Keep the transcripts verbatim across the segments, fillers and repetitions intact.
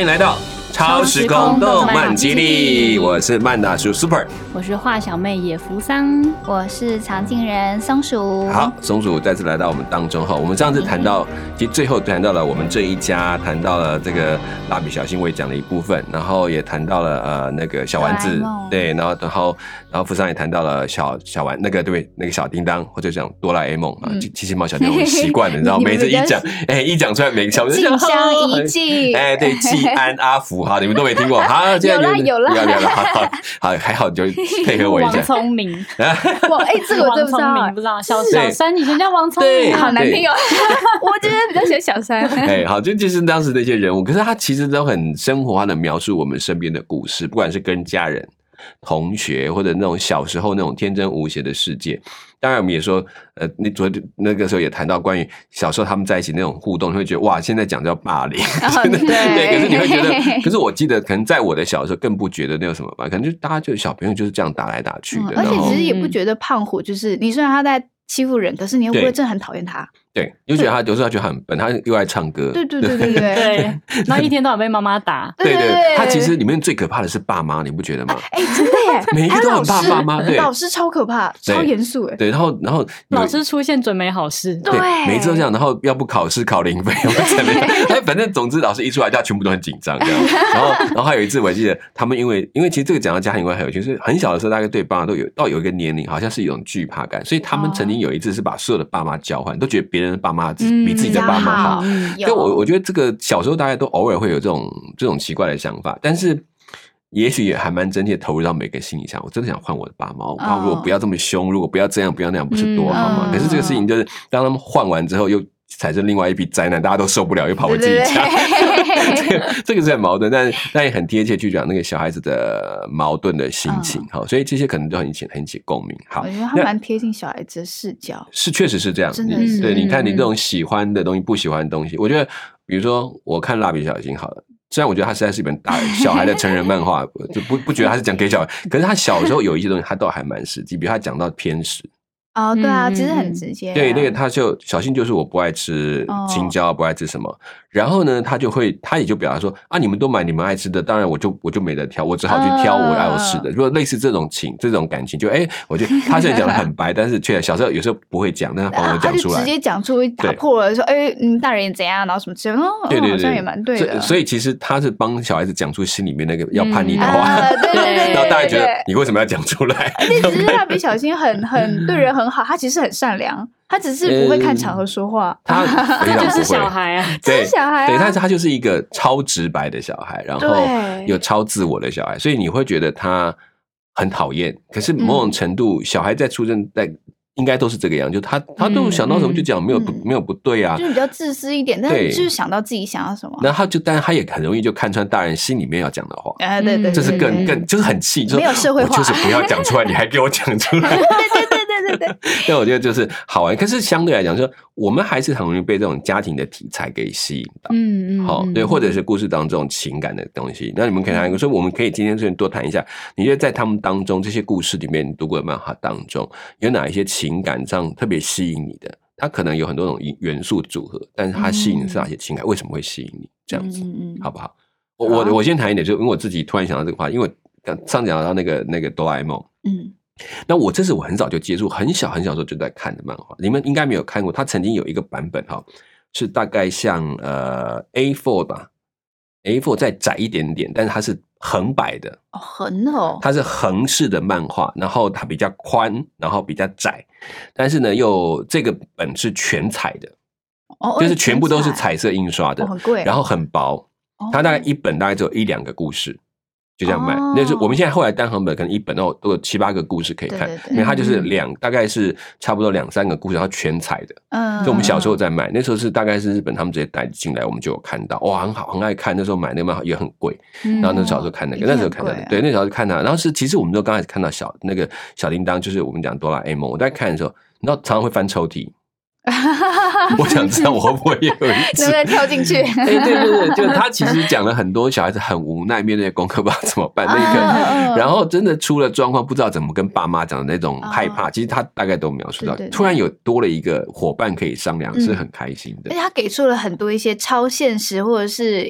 欢迎来到超时空动漫基地，我是曼达叔 Super， 我是画小妹野扶桑， 我是常静人松鼠。 好，松鼠再次来到我们当中哈。我们上次谈到，其实最后谈到了我们这一家，谈到了这个蜡笔小新我也讲了一部分，然后也谈到了呃那个小丸子，对，然后然后然后扶桑也谈到了小小丸那个对那个小叮当或者讲哆啦 A 梦啊，七七毛小叮当，我习惯了，你知道，每次一讲，哎，一讲出来，每个小静香一季， 哎，对，季安阿福，好，你们都没听过，好， 有啦有啦， 有啦，好好好，还好就配合我一下。 王聪明， 哇，哎，这个我真不知道， 不知道小小三以前叫王聪明， 好难听哦。我觉得比较喜欢小三。 哎，好，就就是当时的一些人物，可是他其实都很生活化的描述我们身边的故事，不管是跟家人、同学，或者那种小时候那种天真无邪的世界。当然，我们也说，呃，你昨天那个时候也谈到关于小时候他们在一起那种互动，你会觉得哇，现在讲叫霸凌， 哦、对, 对。可是你会觉得，可是我记得，可能在我的小时候更不觉得那有什么吧，可能就大家就小朋友就是这样打来打去的， 嗯、而且其实也不觉得胖虎就是你虽然他在欺负人，可是你又不会真的很讨厌他。 对，又觉得他有时候他觉得他很笨，他又爱唱歌。 对对对对对对，然后一天到晚被妈妈打。 对对对，他其实里面最可怕的是爸妈，你不觉得吗？ 哎，真的耶， 每一个都很怕爸妈。对， 老师超可怕，超严肃哎。 对，然后然后老师出现准没好事。 对， 每次都这样，然后要不考试考零分，要不怎么样？哎，反正总之老师一出来，大家全部都很紧张这样。然后然后还有一次我记得他们因为因为其实这个讲到家庭关系很有趣，就是很小的时候大概对爸妈都有到有一个年龄，好像是一种惧怕感，所以他们曾经有一次是把所有的爸妈交换，都觉得别人的爸妈比自己的爸妈好，所以我我觉得这个小时候大家都偶尔会有这种这种奇怪的想法，但是也许也还蛮真切投入到每个心里想，我真的想换我的爸妈，我爸如果不要这么凶，如果不要这样不要那样，不是多好吗？可是这个事情就是当他们换完之后，又产生另外一批灾难，大家都受不了，又跑回自己家。这个这个是很矛盾，但但也很贴切去讲那个小孩子的矛盾的心情，好，所以这些可能都很起很起共鸣。好， 我觉得他蛮贴近小孩子的视角， 是确实是这样， 真的是。 对，你看你这种喜欢的东西，不喜欢的东西，我觉得，比如说我看蜡笔小新好了。虽然我觉得它实在是一本大小孩的成人漫画，就不不觉得它是讲给小孩，可是他小时候有一些东西，他倒还蛮实际，比如他讲到偏食。 哦，对啊，其实很直接、啊。 对，那个他就小新就是我不爱吃青椒，哦、不爱吃什么，然后呢，他就会他也就表达说啊，你们都买你们爱吃的，当然我就我就没得挑，我只好去挑我爱吃的。如果、呃、类似这种情这种感情，就哎、欸，我觉得他现在讲的很白，但是却小时候有时候不会讲，但他帮我讲出来， 他就直接讲出打破了说，哎、欸，你们大人也怎样，然后什么之类的，哦， 对对对， 好像也蛮对的。 所以, 所以其实他是帮小孩子讲出心里面那个要叛逆的话， 嗯啊、对对 对, 对， 然后大家觉得你为什么要讲出来？ 而且其实蜡笔小新很很对人很好，他其实很善良，他只是不会看场合说话。 他非常不会， 就是小孩啊， 对，小孩、啊， 对，但是他就是一个超直白的小孩，然后有超自我的小孩，所以你会觉得他很讨厌。可是某种程度，嗯、小孩在出生在应该都是这个样，就他他都想到什么就讲，没有不、嗯、没有不对啊， 就是比较自私一点，但是就是想到自己想要什么。 然后他就，但是他也很容易就看穿大人心里面要讲的话。 啊，对 对, 對， 这是更更就是很气， 没有社会化， 我就是不要讲出来，你还给我讲出来。 对对对对对对。 但我觉得就是好玩，可是相对来讲，说我们还是很容易被这种家庭的题材给吸引到， 嗯嗯， 好，对，或者是故事当中情感的东西。那你们可以谈一个，所以我们可以今天这边多谈一下，你觉得在他们当中这些故事里面，你读过的漫画当中，有哪一些情感上特别吸引你的？它可能有很多种元素组合，但是它吸引的是哪些情感？为什么会吸引你？这样子， 嗯嗯， 好不好？我我我先谈一点，就因为我自己突然想到这个话，因为上讲到那个那个哆啦 A 梦， 嗯。 那我这是我很早就接触，很小很小的时候就在看的漫画，你们应该没有看过。它曾经有一个版本哈，是大概像呃 A 四 吧 ，A 四 再窄一点点，但是它是横摆的， 哦，横哦， 它是横式的漫画，然后它比较宽，然后比较窄，但是呢，又这个本是全彩的， 哦， 就是全部都是彩色印刷的， 哦、很贵， 然后很薄，它大概一本大概只有一两个故事。就这样卖，那是我们现在后来单行本可能一本都有七八个故事可以看， 对对对， 因为它就是两大概是差不多两三个故事，然后全彩的。嗯，所以我们小时候在买，那时候是大概是日本他们直接带进来，我们就有看到，哇，很好，很爱看。那时候买那个漫画也很贵，然后那时候小时候看那个，那时候看到的，对，那时候看到，然后是其实我们都刚开始看到小那个小叮当，就是我们讲哆啦 A 梦，我在看的时候，你知道常常会翻抽屉。我想知道我会不会有一次能不能跳进去？ 哎、欸，对对对，就他其实讲了很多小孩子很无奈，面对功课不知道怎么办那个，然后真的出了状况，不知道怎么跟爸妈讲的那种害怕，其实他大概都描述到。 对对对， 突然有多了一个伙伴可以商量，是很开心的。 而且他给出了很多一些超现实或者是一个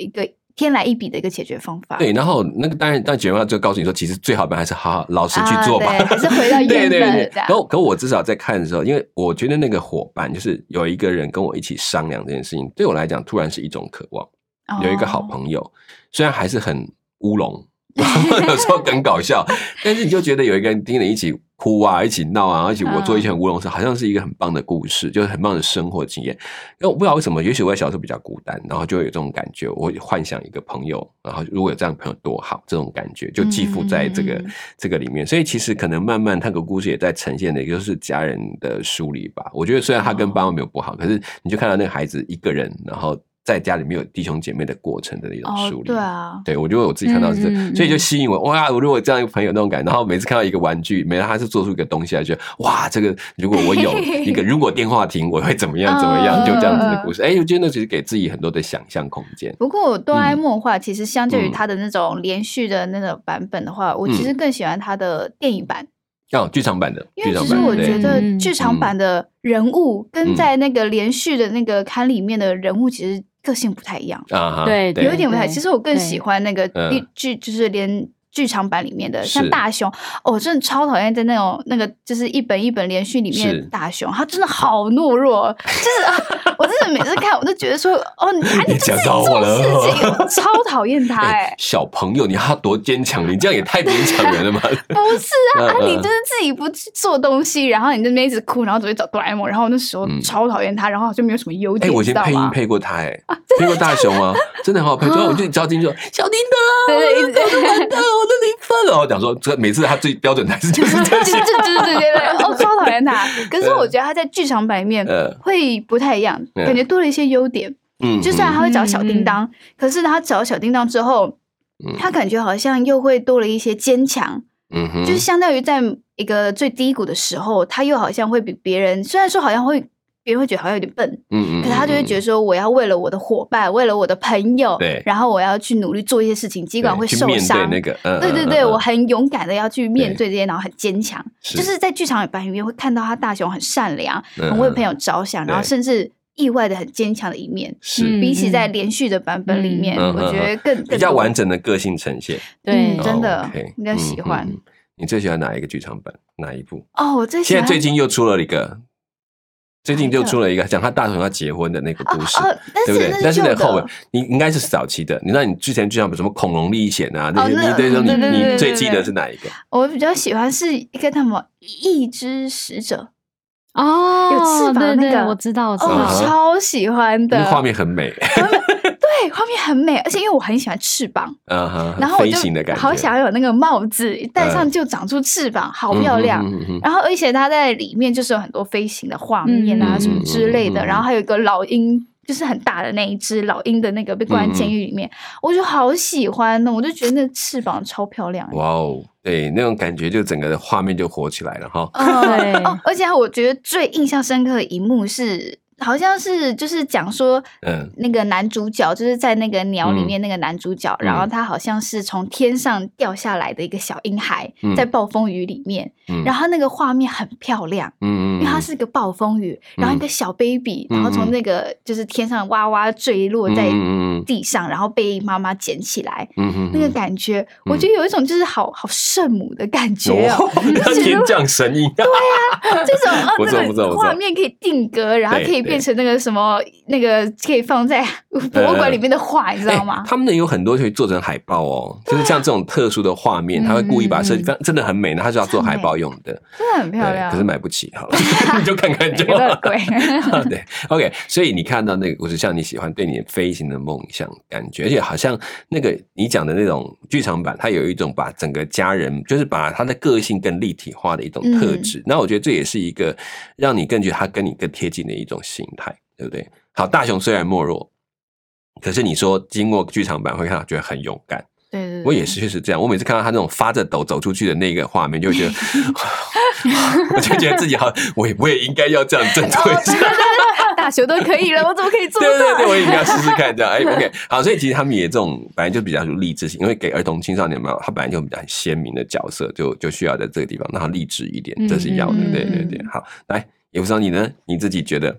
天来一笔的一个解决方法。 对，然后那个当然，但解决方法就告诉你说，其实最好办还是好好老实去做吧， 啊、还是回到原本。 对对对。可可我至少在看的时候，因为我觉得那个伙伴就是有一个人跟我一起商量这件事情，对我来讲突然是一种渴望。哦、有一个好朋友，虽然还是很乌龙。有时候很搞笑，但是你就觉得有一个人盯着一起哭啊，一起闹啊，一起我做一些很乌龙的事，好像是一个很棒的故事，就是很棒的生活经验。因为我不知道为什么，也许我在小时候比较孤单，然后就有这种感觉，我会幻想一个朋友，然后如果有这样的朋友多好，这种感觉就寄附在这个、嗯、这个里面。所以其实可能慢慢那个故事也在呈现的，就是家人的疏离吧。我觉得虽然他跟爸妈没有不好，可是你就看到那个孩子一个人，然后在家里面有弟兄姐妹的过程的一种梳理、 哦，对啊， 对我觉得我自己看到是这、嗯，所以就吸引我。哇，我如果这样一个朋友那种感觉，然后每次看到一个玩具，每次他是做出一个东西来，觉得哇，这个如果我有一个如果电话亭，我会怎么样怎么样，就这样子的故事。哎、欸，我觉得那其实给自己很多的想象空间。 不过哆啦 A 梦的话、嗯，其实相较于它的那种连续的那种版本的话，嗯、我其实更喜欢它的电影版。 哦，剧场版的， 因为其实我觉得剧场版的人物跟在那个连续的那个刊里面的人物，其实个性不太一样啊， 对， 有一点不太。其实我更喜欢那个剧，就是连剧场版里面的，像大雄，哦，我真的超讨厌在那种那个就是一本一本连续里面大雄，他真的好懦弱，就是我真的每次看我都觉得说，哦，你看你自己做事情，我超讨厌他哎、欸， 小朋友你要多坚强，你这样也太勉强人了吧？ 不是啊，啊你就是自己不去做东西，然后你那边一直哭，然后只会找哆啦 A 梦，然后那时候超讨厌他，然后就没有什么优点。哎、 欸，我以前配音配过他、欸，哎、啊，配过大雄啊，真的很好配。之后我就照进去说，小叮当，对对对，我的完蛋，我的零分了。我讲说，这每次他最标准台词就是这些， 对对对对对，我超讨厌他。可是我觉得他在剧场版里面会不太一样，呃、感觉多了一些优点。嗯，就虽然他会找小叮当，嗯、可是他找小叮当之后，嗯、他感觉好像又会多了一些坚强。嗯哼，就是相当于在一个最低谷的时候，他又好像会比别人，虽然说好像会。别人会觉得好像有点笨，嗯嗯，可是他就会觉得说，我要为了我的伙伴，为了我的朋友，对，然后我要去努力做一些事情，尽管会受伤， 那个，嗯、 对对对，嗯、我很勇敢的要去面对这些，然后很坚强，就是在剧场版里面会看到他大雄很善良，很为朋友着想，然后甚至意外的很坚强的一面，是比起在连续的版本里面，嗯、我觉得更比较完整的个性呈现， 对，嗯、真的比较喜欢。 嗯嗯、你最喜欢哪一个剧场版？哪一部？ 哦，我最喜欢。 现在最近又出了一个。最近就出了一个讲他大雄要结婚的那个故事， 哦哦、 对不对？但是那后尾你应该是早期的，你知道你之前剧场有什么恐龙历险啊？那些、哦、你对说你你最记得是哪一个？ 我比较喜欢是一个什么异之使者哦， 有翅膀那个， 对对我知道，我知道， 哦，超喜欢的， 画面很美。 对，画面很美，而且因为我很喜欢翅膀， 嗯哼， 然后我就好想要有那个帽子，戴上就长出翅膀，好漂亮。嗯、哼哼哼然后而且它在里面就是有很多飞行的画面啊，嗯、什么之类的。然后还有一个老鹰，就是很大的那一只老鹰的那个被关在监狱里面，嗯、我就好喜欢呢。我就觉得那个翅膀超漂亮。 哇哦，对，那种感觉就整个画面就活起来了哈。 对哦，而且我觉得最印象深刻的一幕是。好像是就是讲说，嗯，那个男主角就是在那个鸟里面那个男主角，嗯、然后他好像是从天上掉下来的一个小婴孩，嗯、在暴风雨里面，嗯、然后那个画面很漂亮，嗯，因为它是个暴风雨，嗯、然后一个小 baby，嗯、然后从那个就是天上哇哇坠落在地上，嗯、然后被妈妈捡起来，嗯、那个感觉，嗯、我觉得有一种就是好好圣母的感觉哦， 哦天降神音， 对啊，这种哦，那个画面可以定格，然后可以变成那个什么那个可以放在博物馆里面的画，呃、你知道吗？ 欸、他们有很多可以做成海报哦，啊、就是像这种特殊的画面，他会故意把设计真的很美呢，他是要做海报用的， 真的很漂亮。 可是买不起，好了，你就看看就好了。 贵对 ，OK， 所以你看到那个故事，像你喜欢对你飞行的梦想感觉，而且好像那个你讲的那种剧场版，它有一种把整个家人，就是把他的个性更立体化的一种特质。嗯、那我觉得这也是一个让你更觉得他跟你更贴近的一种形态。对不对？好，大雄虽然懦弱，可是你说经过剧场版会看到觉得很勇敢。 对对对， 我也是确实这样。我每次看到他那种发着抖走出去的那个画面，就会觉得，我就觉得自己好，我也我也应该要这样振作一下。 大雄都可以了，我怎么可以做到？ 对对对，我也应该试试看这样。哎 ，OK， 好，所以其实他们也这种本来就比较有励志性，因为给儿童青少年嘛，他本来就比较很鲜明的角色，就就需要在这个地方让他励志一点，这是要的。嗯、对对对，好，来，也不知道你呢，你自己觉得？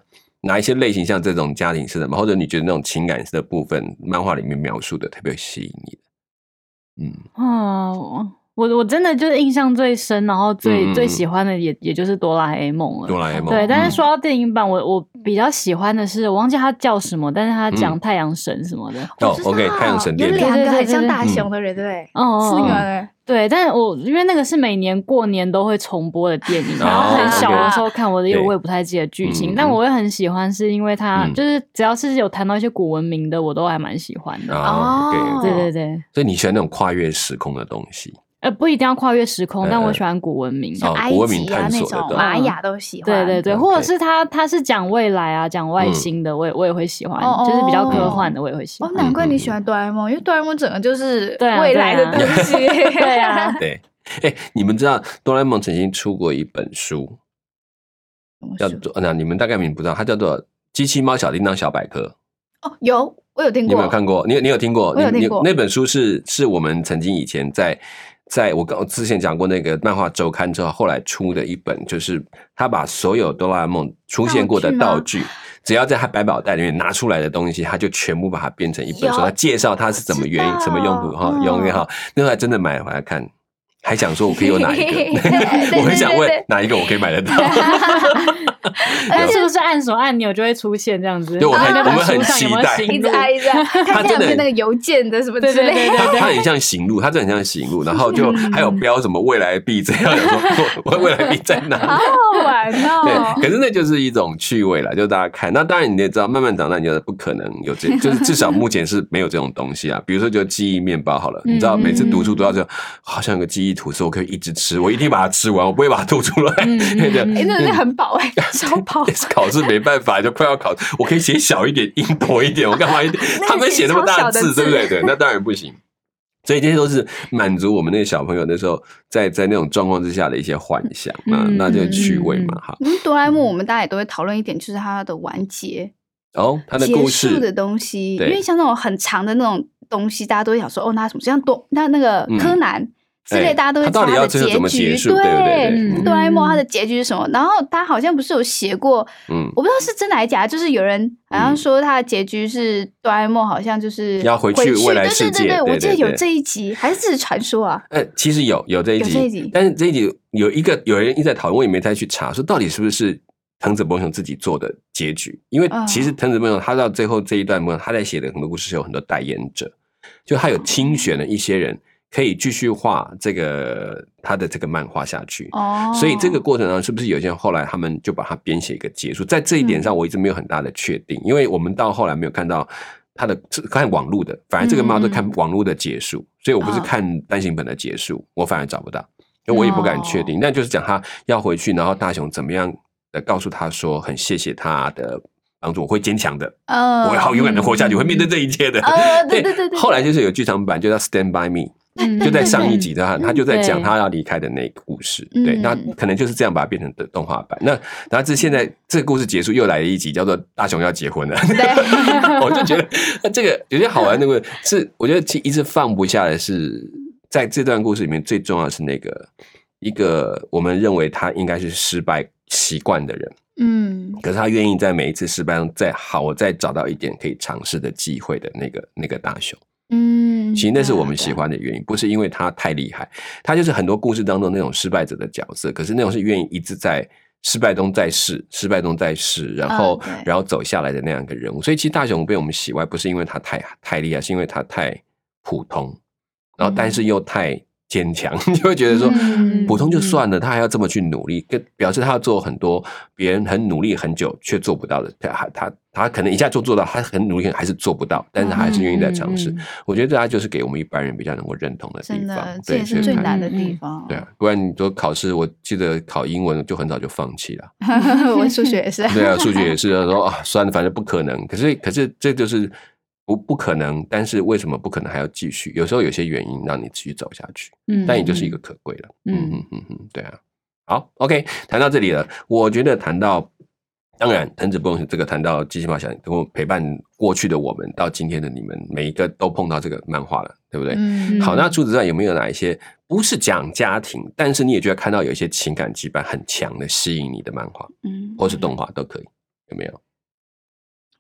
哪一些类型像这种家庭式的嘛，或者你觉得那种情感式的部分，漫画里面描述的特别吸引你的？嗯， 哦，我我真的就是印象最深，然后最、嗯、最喜欢的也也就是哆啦 A 梦了。 哆啦 A 梦， 对，但是说到电影版，我我比较喜欢的是，我忘记它叫什么，但是它讲太阳神什么的。 嗯、哦 ，OK， 太阳神殿有两个很像大雄的人，对不对？ 哦， 是那个。 对，但是我因为那个是每年过年都会重播的电影，然后很小的时候看，我的因为我也不太记得剧情，但我会很喜欢，是因为它就是只要是有谈到一些古文明的，我都还蛮喜欢的。 哦， 对对对， 所以你喜欢那种跨越时空的东西。 呃，不一定要跨越时空，但我喜欢古文明， 像埃及啊那种玛雅都喜欢。 对对对，或者是他他是讲未来啊，讲外星的，我也我也会喜欢，就是比较科幻的，我也会喜欢。 哦，难怪你喜欢哆啦 A 梦，因为哆啦 A 梦整个就是未来的东西。 对啊， 对。哎，你们知道哆啦 A 梦曾经出过一本书，叫做那你们大概你不知道，它叫做《机器猫小叮当小百科》。 哦，有，我有听过。 你有没有看过？你你有听过？ 我有听过。 那本书是是我们曾经以前在。在我刚之前讲过那个漫画周刊之后，后来出的一本，就是他把所有哆啦 A 梦出现过的道具，只要在他百宝袋里面拿出来的东西，他就全部把它变成一本书，他介绍它是什么原因、什么用途哈，用哈。那后来真的买回来看，还想说我可以有哪一个？我很想问哪一个我可以买得到。 但是不是按什么按钮就会出现这样子？ 对，我很、啊、我们很期待， 一直按一直按，看有没有那个邮件的什么之类的。 它很像行路，它真的很像行路，然后就还有标什么未来币这样，说我未来币在哪里？ 好好玩哦！ 对，可是那就是一种趣味啦，就大家看。那当然你也知道，慢慢长大，你就不可能有这，就是至少目前是没有这种东西啊。比如说，就记忆面包好了，你知道，每次读书都要这样，好像有个记忆吐司，我可以一直吃，我一定把它吃完，我不会把它吐出来。哎、 欸，那是很饱哎、欸。超跑考试没办法，就快要考，我可以写小一点，音多一点，我干嘛一点？他们写那么大字，对不对？对，那当然不行。所以这些都是满足我们那些小朋友那时候在在那种状况之下的一些幻想嘛，嗯、那就趣味嘛。哈， 嗯，哆啦 A 梦我们大家也都会讨论一点，就是它的完结哦，它的故事结束的东西，因为像那种很长的那种东西，大家都会想说哦，那什么像多那那个柯南。嗯之类，大家都会猜他的结局， 对对， 哆啦 A 梦他的结局是什么？然后他好像不是有写过，嗯，我不知道是真的还是假的，就是有人好像说他的结局是哆啦 A 梦，好像就是要回去未来世界。 对对对，我记得有这一集，还是这是传说啊？ 呃，其实有有这一集， 有这一集， 但是这一集有一个有人一直在讨论，我也没再去查，说到底是不是藤子不二雄自己做的结局？因为其实藤子不二雄他到最后这一段，他在写的很多故事有很多代言者，就他有亲选了一些人。可以继续画这个他的这个漫画下去，哦，所以这个过程中是不是有些人后来他们就把它编写一个结束？在这一点上，我一直没有很大的确定，嗯、因为我们到后来没有看到他的看网络的，反而这个猫都看网络的结束，所以我不是看单行本的结束，我反而找不到，因为我也不敢确定。那就是讲他要回去，然后大雄怎么样的告诉他说很谢谢他的帮助，我会坚强的，呃、我会好勇敢的活下去，嗯、会面对这一切的。 呃、对对对对。 后来就是有剧场版，就叫《Stand by Me》。就在上一集他他就在讲他要离开的那个故事，嗯、对，那可能就是这样把它变成的动画版。那然后这现在这个故事结束，又来了一集叫做大雄要结婚了，我就觉得这个有些好玩。那个是我觉得一直放不下的是，在这段故事里面最重要的是那个一个我们认为他应该是失败习惯的人，嗯，可是他愿意在每一次失败中再好，我再找到一点可以尝试的机会的那个那个大雄。嗯，其实那是我们喜欢的原因，不是因为他太厉害，他就是很多故事当中那种失败者的角色，可是那种是愿意一直在失败中再试，失败中再试，然后、oh, 然后走下来的那样一个人物。所以其实大雄被我们喜欢，不是因为他太太厉害，是因为他太普通，然后但是又太坚强，你就会觉得说普通就算了，他还要这么去努力，跟表示他要做很多别人很努力很久却做不到的，他他他可能一下就做到，他很努力还是做不到，但是他还是愿意在尝试。嗯、我觉得这他就是给我们一般人比较能够认同的地方， 真的，这也是最难的地方。 对啊，不然你说考试，我记得考英文就很早就放弃了， 我数学也是。 对啊，数学也是说啊，算了，反正不可能。可是可是这就是。不不可能，但是为什么不可能还要继续？有时候有些原因让你继续走下去，嗯，但也就是一个可贵了，嗯嗯嗯嗯，对啊。好 ，OK， 谈到这里了，我觉得谈到，当然藤子不二雄这个谈到机器猫小叮当陪伴过去的我们到今天的你们，每一个都碰到这个漫画了，对不对？嗯。好，那除此之外有没有哪一些不是讲家庭，但是你也觉得看到有一些情感羁绊很强的吸引你的漫画，嗯，或是动画都可以，有没有？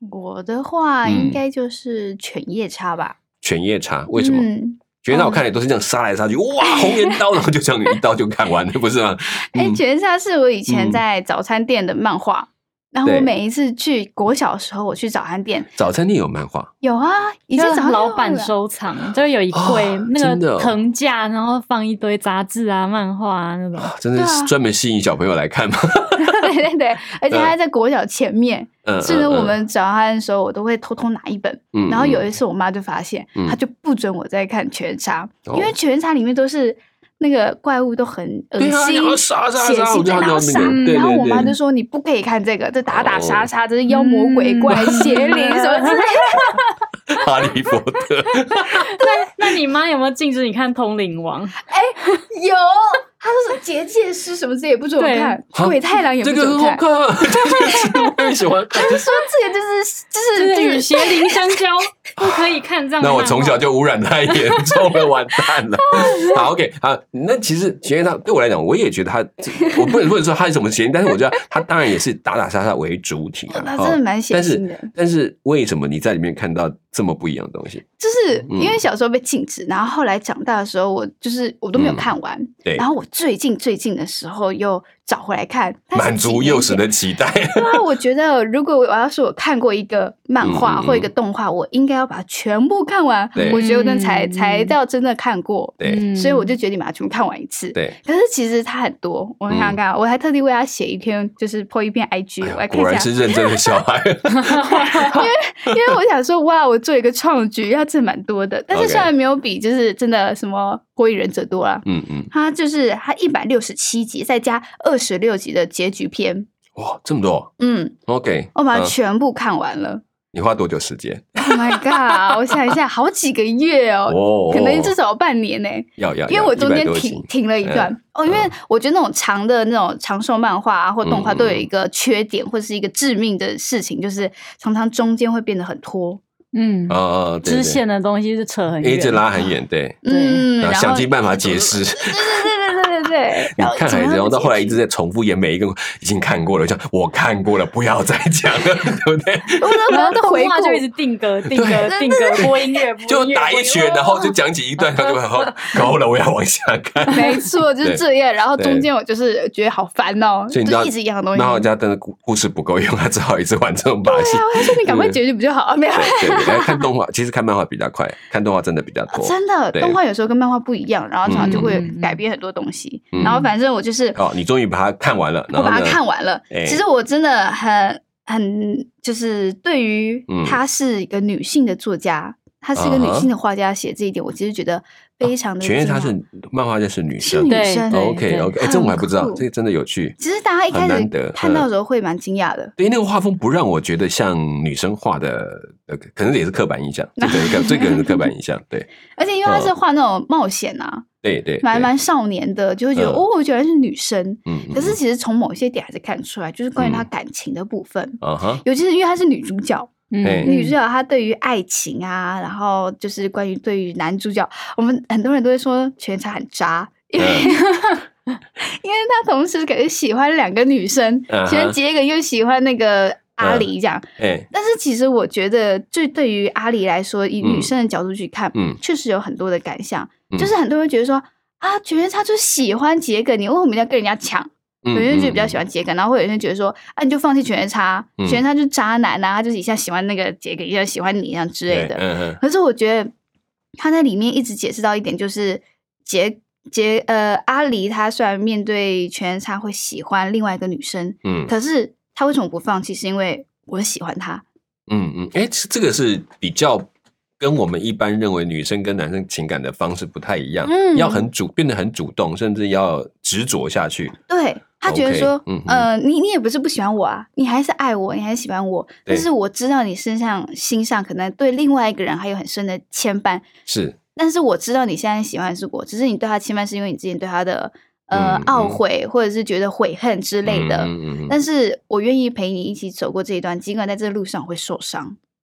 我的话应该就是犬夜叉吧。 犬夜叉为什么？ 嗯犬夜叉我看的都是这样杀来杀去，哇，红镰刀，然后就这样一刀就看完了，不是吗？ 哎、欸，犬夜叉是我以前在早餐店的漫画。嗯，然后我每一次去国小的时候，我去早餐店， 早餐店有漫画， 有啊，以前早餐店老板收藏，就有一柜、哦、那个藤架，然后放一堆杂志啊、漫画啊那种， 啊、真的是专门吸引小朋友来看吗？ 对对对，而且还在国小前面， 嗯， 甚至我们早餐的时候，我都会偷偷拿一本。嗯，然后有一次我妈就发现，嗯、她就不准我再看犬夜叉，嗯、因为犬夜叉里面都是。那个怪物都很恶心，血腥，然后杀，然后我妈就说你不可以看这个，这打打杀杀，这是妖魔鬼怪、邪灵什么之类的。 哈利波特。 那那你妈有没有禁止你看《通灵王》？ 哎，有。他说是结界师什么之类也不准我看，鬼太郎也不准我看。 这个很好看，我也喜欢看。 他就说这个就是就是与邪灵相交，不可以看这样。 那我从小就污染太严重了，完蛋了。好 ，OK， 好，那其实犬夜叉对我来讲，我也觉得他，我不能不能说他是什么邪灵，但是我觉得他当然也是打打杀杀为主体啊。 他真的蛮血腥的。 但是为什么你在里面看到这么不一样的东西？ 就是因为小时候被禁止，然后后来长大的时候，我就是我都没有看完。 对， 然后我最近最近的时候又找回来看， 满足幼时的期待。 对啊，我觉得如果我要是我看过一个漫画或一个动画，我应该要把它全部看完，我觉得才才叫真的看过。 对， 所以我就决定把它全部看完一次。 对， 可是其实它很多，我想想看，我还特地为他写一篇，就是 po 一篇 I G， 我来看一下。 果然是认真的小孩。 因为因为我想说，哇，我做一个创举，要这蛮多的，但是虽然没有比就是真的什么火影忍者多啦， 嗯嗯， 它就是它一百六十七集，再加二十六集的结局篇， 哇，这么多， 嗯 ，OK， 我把它全部看完了。嗯， 你花多久时间 ？Oh my god！ 我想一下，好几个月哦，哦可能至少半年呢。 要要， 因为我中间停停了一段、嗯、哦，因为我觉得那种长的那种长寿漫画啊或动画都有一个缺点、嗯、或者是一个致命的事情，就是常常中间会变得很拖。 嗯哦， 支线的东西是扯很远， 一直拉很远，对， 嗯， 然后想尽办法解释。 对对对对对对。 你看海贼王到后来一直在重复演每一个已经看过了，像我看过了，不要再讲了，对不对？ 然后动画就一直定格、定格、定格，播音乐， 就打一拳，然后就讲起一段，他就会说够了，我要往下看。 没错，就是这样。然后中间我就是觉得好烦哦， 所以你就一直一样的东西。 然后人家真的故事不够用，他只好一直玩这种把戏。 对啊，他说你赶快结局不就好？没有。 来看动画，其实看漫画比较快，看动画真的比较拖。 真的，动画有时候跟漫画不一样，然后常常就会改变很多东西。然后反正我就是， 哦，你终于把它看完了， 我把它看完了。其实我真的很很就是对于她是一个女性的作家，她是一个女性的画家，写这一点，我其实觉得非常的。 全因她是漫画家是女生， 是女生。 OK OK， 哎，这我还不知道，这个真的有趣。 其实大家一开始看到的时候会蛮惊讶的， 对，那个画风不让我觉得像女生画的，可能也是刻板印象，这个这个人的刻板印象，对。 而且因为他是画那种冒险啊。 对对， 蛮蛮少年的，就会觉得、嗯、哦，原来是女生。 嗯， 可是其实从某些点还是看出来，就是关于她感情的部分。 嗯哼， 尤其是因为她是女主角， 嗯， 女主角她对于爱情啊，然后就是关于对于男主角，我们很多人都会说犬夜叉很渣，因为、嗯、因为他同时可是喜欢两个女生，嗯、喜欢杰克又喜欢那个。阿离这样、 嗯欸， 但是其实我觉得，就对于阿离来说，以女生的角度去看，嗯，确实有很多的感想，嗯、就是很多人会觉得说，啊，犬夜叉就喜欢桔梗，你为什么要跟人家抢？有些人就比较喜欢桔梗，然后会有人觉得说，啊，你就放弃犬夜叉，犬夜叉就是渣男啊，他就是一下喜欢那个桔梗，一下喜欢你这样之类的。 嗯、 可是我觉得他在里面一直解释到一点，就是桔桔呃阿离他虽然面对犬夜叉会喜欢另外一个女生，嗯，可是。他为什么不放弃？是因为我喜欢他。 嗯嗯，哎、欸，这个是比较跟我们一般认为女生跟男生情感的方式不太一样，嗯，要很主变得很主动，甚至要执着下去。 对，他觉得说， okay, 嗯呃，你你也不是不喜欢我啊，你还是爱我，你还是喜欢我，但是我知道你身上心上可能对另外一个人还有很深的牵绊， 是， 但是我知道你现在喜欢的是我，只是你对他牵绊是因为你之前对他的。呃，懊悔或者是觉得悔恨之类的， 嗯嗯嗯、 但是我愿意陪你一起走过这一段，尽管在这个路上会受伤。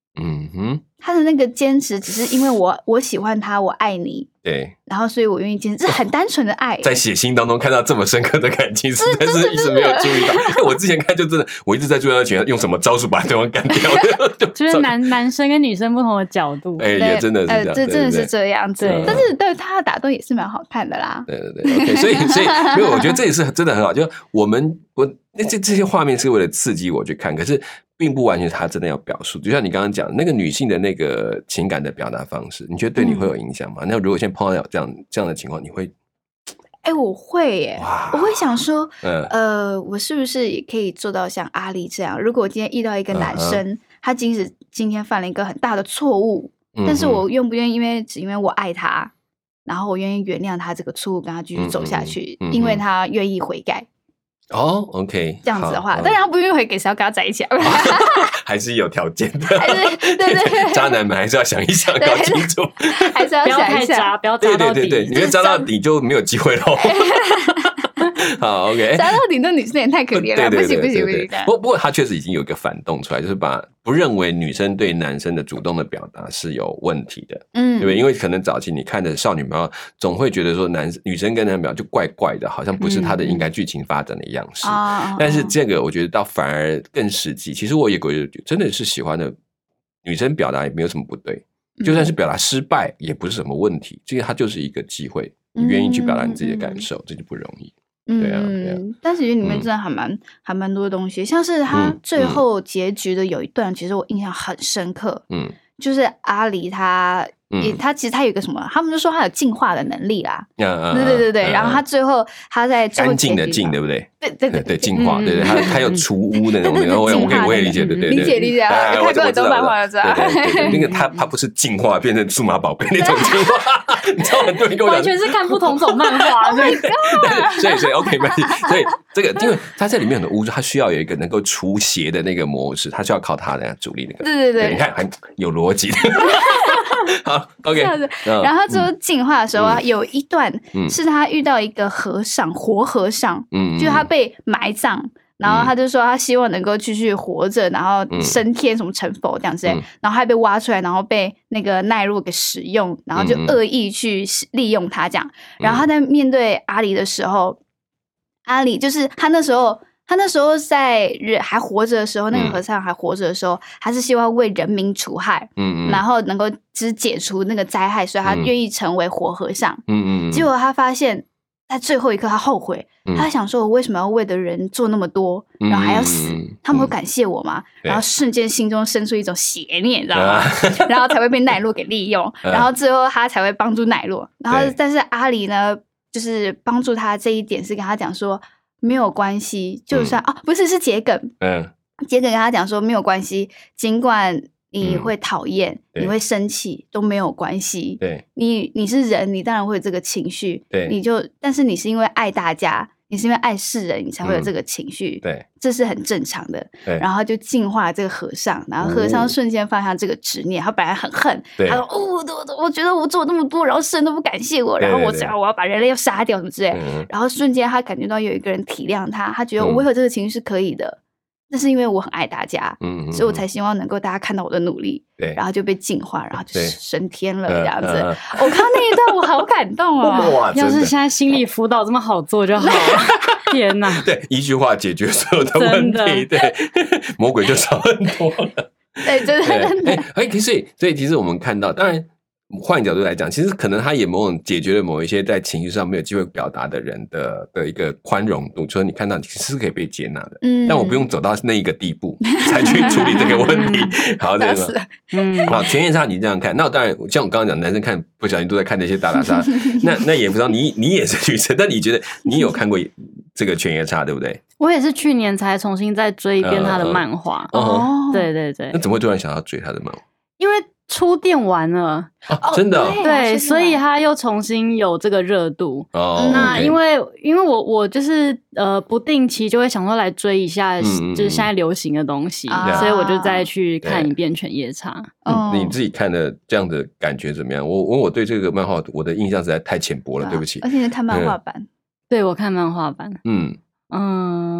嗯哼， 他的那个坚持只是因为我我喜欢他，我爱你， 对， 然后所以我愿意坚持，这很单纯的爱。 在写信当中看到这么深刻的感情，实在是一直没有注意到。因为我之前看就真的，我一直在注意到前用什么招数把对方干掉， 就是男男生跟女生不同的角度， 哎，也真的是这样， 呃，这真的是这样子。 对， 但是对他的打斗也是蛮好看的啦。 对对对 ，OK， 所以所以，因为我觉得这也是真的很好，就我们我这这些画面是为了刺激我去看，可是并不完全他真的要表述。就像你刚刚讲那个女性的那个情感的表达方式，你觉得对你会有影响吗？嗯、那如果现在碰到这样这样的情况，你会？ 哎、欸，我会耶，我会想说， 嗯、 呃，我是不是也可以做到像阿力这样？如果我今天遇到一个男生，嗯、他即使今天犯了一个很大的错误，嗯、但是我愿不愿意？因为只因为我爱他，然后我愿意原谅他这个错误，跟他继续走下去，嗯、因为他愿意悔改。 哦 ，OK， 这样子的话，当然他不愿意悔改，谁要跟他在一起啊？ 还是有条件的， 还是对对对， 渣男们还是要想一想，搞清楚， 还是要不要太渣，不要渣到底， 对对对，你要渣到底就没有机会喽。好 ，OK， 渣到底的女生也太可怜了，不行不行不行。 不不过他确实已经有一个反动出来，就是把不认为女生对男生的主动的表达是有问题的，嗯，对不对？因为可能早期你看的少女漫画，总会觉得说男女生跟男生表达就怪怪的，好像不是他的应该剧情发展的样式。嗯、但是这个我觉得倒反而更实际。其实我也觉得真的是喜欢的女生表达也没有什么不对，就算是表达失败也不是什么问题，这个它就是一个机会，你愿意去表达你自己的感受，嗯、这就不容易。对啊，对啊， 但是里面真的还蛮、嗯、还蛮多东西，像是他最后结局的有一段，其实我印象很深刻。嗯，就是阿离他，嗯、他其实他有一个什么，他们就说他有进化的能力啦。嗯、对对对对，嗯、然后他最后他在最后干净的净，对不对？ 对对对对，进化，对对，他他有除污那种，然后我我可以我也理解，对对对， 理解理解啊，看过很多漫画就知道。 对对对，那个他他不是进化变成数码宝贝那种进化。你知道很多人跟我讲， 完全是看不同种漫画，对， 所以所以 OK 没关系，所以这个因为他在里面很多污，他需要有一个能够除邪的那个模式，他需要靠他的主力那个， 对对对， 你看很有逻辑的。好 OK， 然后最后进化的时候啊，有一段是他遇到一个和尚，活和尚，嗯，就是他被埋葬。然后他就说他希望能够继续活着，然后升天什么成佛这样子，嗯、然后还被挖出来，然后被那个奈落给使用，然后就恶意去利用他这样。嗯、然后他在面对阿离的时候，阿离就是他那时候，他那时候在人还活着的时候，那个和尚还活着的时候，他是希望为人民除害，嗯嗯，然后能够只解除那个灾害，所以他愿意成为活和尚。嗯嗯，结果他发现。在最后一刻，他后悔，嗯、他想说：“我为什么要为的人做那么多，嗯、然后还要死？嗯、他们会感謝我吗？”嗯、然后瞬間心中生出一種邪念，你知道嗎？然後才會被奈落給利用，然後最後他才會幫助奈落。然後，但是阿離呢，就是幫助他這一點是跟他講說沒有關係，就算、嗯、哦，不是是桔梗，嗯，桔梗跟他講說沒有關係，儘管。你會討厭，嗯、你會生氣都沒有關係。對，你你是人，你當然會有這個情緒。對，你就，但是你是因為愛大家，你是因為愛世人，你才會有這個情緒。對、嗯，這是很正常的。對，然後就淨化這個和尚，然後和尚瞬間放下這個執念，他本來很恨，他說：“哦，我我覺得我做那麼多，然後世人都不感謝我，然後我想我要把人類要殺掉什麼之類。嗯”然後瞬間他感覺到有一個人體諒他，他覺得我有這個情緒是可以的。那是因為我很愛大家，嗯嗯，所以我才希望能夠大家看到我的努力，對，然後就被淨化，然後就升天了這樣子。呃呃、我看那一段我好感動哦！ 要是現在心理輔導這麼好做就好了。天哪！ 對，一句話解決所有的問題，對，魔鬼就少很多了。 對，真的真的。 哎，所以所以其實我們看到，當然。換角度來講，其實可能他也某種解決了某一些在情緒上沒有機會表達的人的的一個寬容度，就是你看到其實是可以被接納的，嗯，但我不用走到那一個地步才去處理這個問題。好，這個，嗯，好，犬夜叉你這樣看，那我當然像我剛剛講，男生看不小心都在看那些打打殺，那那也不知道你你也是女生，但你覺得你有看過這個犬夜叉對不對？ 我也是去年才重新再追一遍他的漫畫，哦，對對對， 那怎麼會突然想要追他的漫畫？ 因為出電完了、 啊、真的、哦、 對，所以他又重新有這個熱度、哦、那因為、okay. 因為我我就是呃不定期就會想說來追一下就是現在流行的東西、嗯、所以我就再去看一遍犬夜叉、 嗯、你自己看的這樣的感覺怎麼樣？我我對這個漫畫我的印象實在太淺薄了、啊、對不起。 而且是看漫畫版、 嗯、對，我看漫畫版。 嗯嗯，因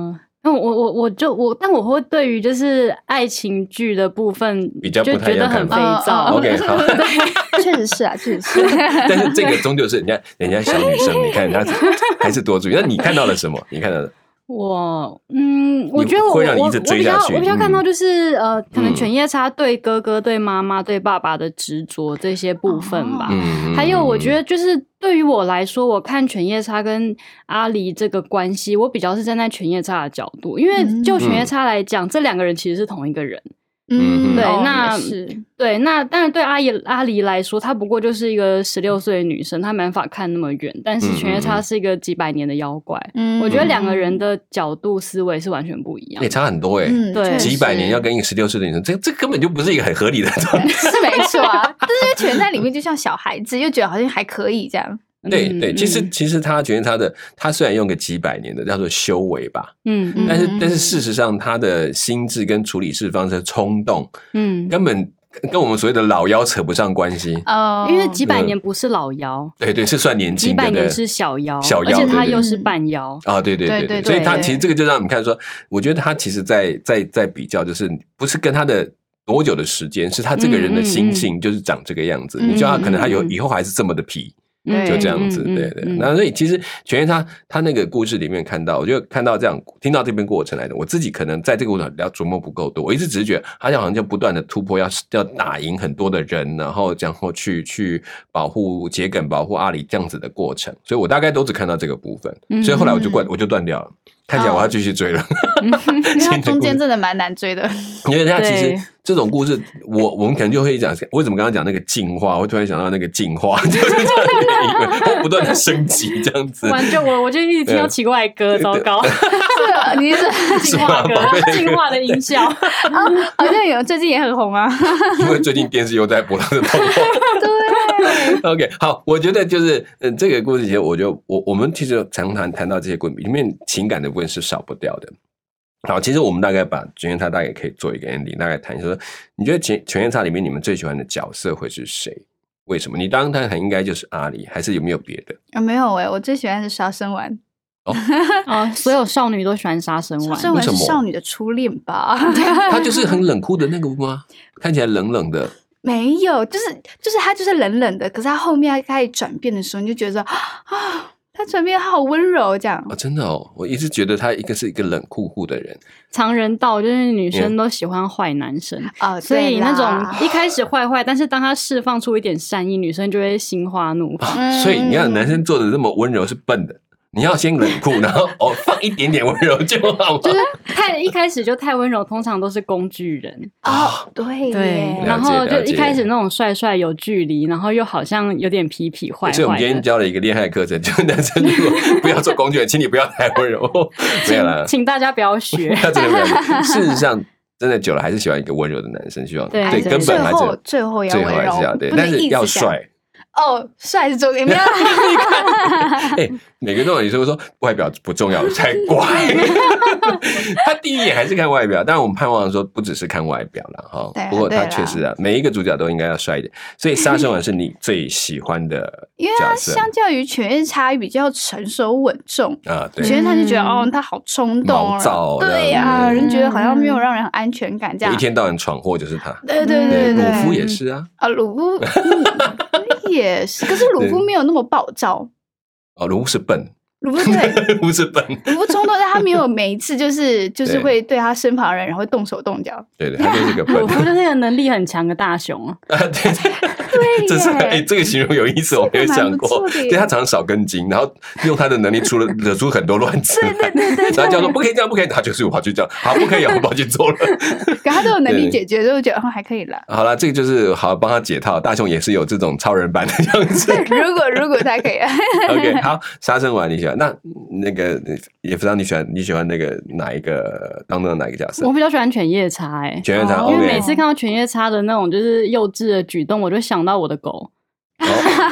我我我就我，但我会对于就是爱情剧的部分比较不太就觉得很肥皂。 OK， 好， 确实是啊，确实是。 但是这个终究是人家人家小女生，你看她还是多注意。那你看到了什么？你看到了？ 我嗯，我觉得我会让你一直追下去。 我比较我比较看到就是、嗯、呃，可能犬夜叉对哥哥、对妈妈、对爸爸的执着这些部分吧。 嗯， 还有我觉得就是对于我来说，我看犬夜叉跟阿离这个关系，我比较是站在犬夜叉的角度，因为就犬夜叉来讲，嗯、这两个人其实是同一个人。 嗯， 对， 哦、 那是对，那当然对阿姨阿离来说，她不过就是一个十六岁的女生，她没法看那么远。但是犬夜叉是一个几百年的妖怪，嗯，我觉得两个人的角度思维是完全不一样的， 也、欸、差很多哎、欸嗯，对， 几百年要跟一个十六岁的女生，这这根本就不是一个很合理的东西， 是没错啊。但是犬在里面就像小孩子，又觉得好像还可以这样。 对对，其实其实他觉得他的他虽然用个几百年的叫做修为吧，嗯，但是但是事实上他的心智跟处理事方式冲动，嗯，根本跟我们所谓的老妖扯不上关系哦，因为几百年不是老妖， 对对，是算年轻的， 几百年是小妖， 小妖， 而且他又是半妖啊，对对对对，所以他其实这个就让我们看说，我觉得他其实在在在比较，就是不是跟他的多久的时间，是他这个人的心性就是长这个样子，你叫他可能他有以后还是这么的皮。就这样子，对对。那所以其实犬夜叉他那个故事里面看到，我就看到这样，听到这边过程来的，我自己可能在这个过程要琢磨不够多，我一直只是觉得他好像就不断的突破，要要打赢很多的人，然后然后去去保护桔梗、保护阿离这样子的过程，所以我大概都只看到这个部分，所以后来我就断我就断掉了。看起来我要继续追了， 因为它中间真的蛮难追的。 因为它其实这种故事，我我们可能就会讲，为什么刚刚讲那个进化，我突然想到那个进化，就是这样的，不断的升级这样子。 完就我我就一直听到奇怪的歌，糟糕， 是你是进化歌，进化的音效， 好像有最近也很红啊。 因为最近电视又在播他的动画。对 ，OK， 好，我觉得就是嗯，这个故事其实我觉得我我们其实常常谈到这些故事里面情感的部分是少不掉的。好，其实我们大概把犬夜叉大概可以做一个 ending， 大概谈一下说，你觉得犬犬夜叉里面你们最喜欢的角色会是谁？为什么？你当然很应该就是阿离，还是有没有别的？ 啊，没有哎、欸，我最喜欢是杀生丸。 哦哦，所有少女都喜欢杀生丸， 杀生丸是少女的初恋吧？ 他就是很冷酷的那个吗？看起来冷冷的。 没有，就是就是他就是冷冷的，可是他后面开始转变的时候，你就觉得啊，他转变好温柔这样。 哦，真的哦，我一直觉得他一个是一个冷酷酷的人。 常人道就是女生都喜欢坏男生啊、嗯，所以那种一开始坏坏，但是当他释放出一点善意，女生就会心花怒放、 啊。所以你看，男生做的这么温柔是笨的。你要先冷酷，然后哦放一点点温柔就好吗？ 就是太一开始就太温柔，通常都是工具人哦，对对，然后就一开始那种帅帅有距离，然后又好像有点痞痞坏坏。 所以我们今天教了一个恋爱课程，就是男生如果不要做工具人，请你不要太温柔，没有啦， 请大家不要学。 真的没有，事实上真的久了还是喜欢一个温柔的男生，希望对对根本还是最后要最后还是要对，但是要帅。 哦，帅是重点，没有。 哎，每个那种女生会说外表不重要，才怪。他第一眼还是看外表，当然我们盼望说不只是看外表了哈。不过他确实啊，每一个主角都应该要帅一点。所以杀生丸是你最喜欢的角色， 因为他相较于犬夜叉比较成熟稳重啊。对， 犬夜叉就觉得哦，他好冲动、 毛躁， 对呀，人觉得好像没有让人很安全感这样。 一天到晚闯祸就是他。 对对对对， 鲁夫也是啊。 啊，鲁夫也是，可是鲁夫没有那么暴躁。 哦，鲁夫是笨。 鲁夫对， 鲁夫是笨。 鲁夫冲动，但他没有每一次就是就是会对他身旁的人，然后会动手动脚。 对对，他就是个笨。 鲁夫就是个能力很强的大雄啊。 对对对，这是哎，这个形容有意思，我没有想过。对，他常常少根筋，然后用他的能力出了惹出很多乱子。 对对对对， 然后叫说不可以这样，不可以，他就是我跑去这样，好不可以，我跑去做了。 可他都有能力解决，就觉得哦还可以了。 好了，这个就是好帮他解套。大雄也是有这种超人版的样子。 如果如果他可以。 OK， 好，杀生丸你喜欢那？那个也不知道你喜欢你喜欢那个哪一个当中的哪一个角色？ 我比较喜欢犬夜叉哎、欸， 犬夜叉， 因为每次看到犬夜叉的那种就是幼稚的举动，我就想到我的狗。 哦、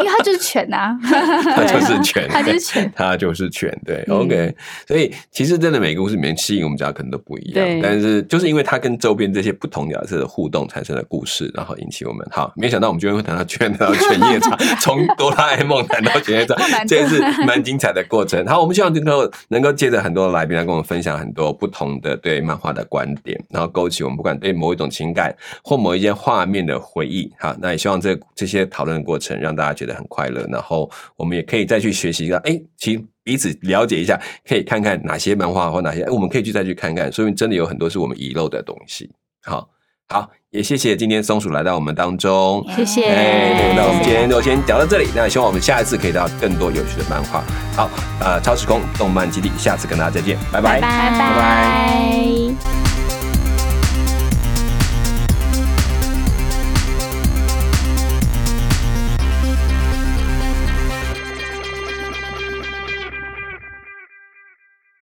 因为他就是犬啊， 他就是犬， 他就是犬， 他就是犬，对、嗯、，OK。所以其实真的每个故事里面吸引我们家可能都不一样，但是就是因为他跟周边这些不同角色的互动产生的故事，然后引起我们。好，没想到我们居然会谈到犬，谈到犬夜叉，从哆啦 A 梦谈到犬夜叉，这也是蛮精彩的过程。好，我们希望能够能够接着很多的来宾来跟我们分享很多不同的对漫画的观点，然后勾起我们不管对某一种情感或某一件画面的回忆。好，那也希望这这些讨论的过程让大家觉得很快乐，然后我们也可以再去学习一下，哎，其实彼此了解一下，可以看看哪些漫画或哪些，我们可以去再去看看，说明真的有很多是我们遗漏的东西。好，好，也谢谢今天松鼠来到我们当中， 谢谢。 哎，那我们今天就先讲到这里，那希望我们下一次可以聊更多有趣的漫画。好，呃，超时空动漫基地，下次跟大家再见，拜拜， 拜拜。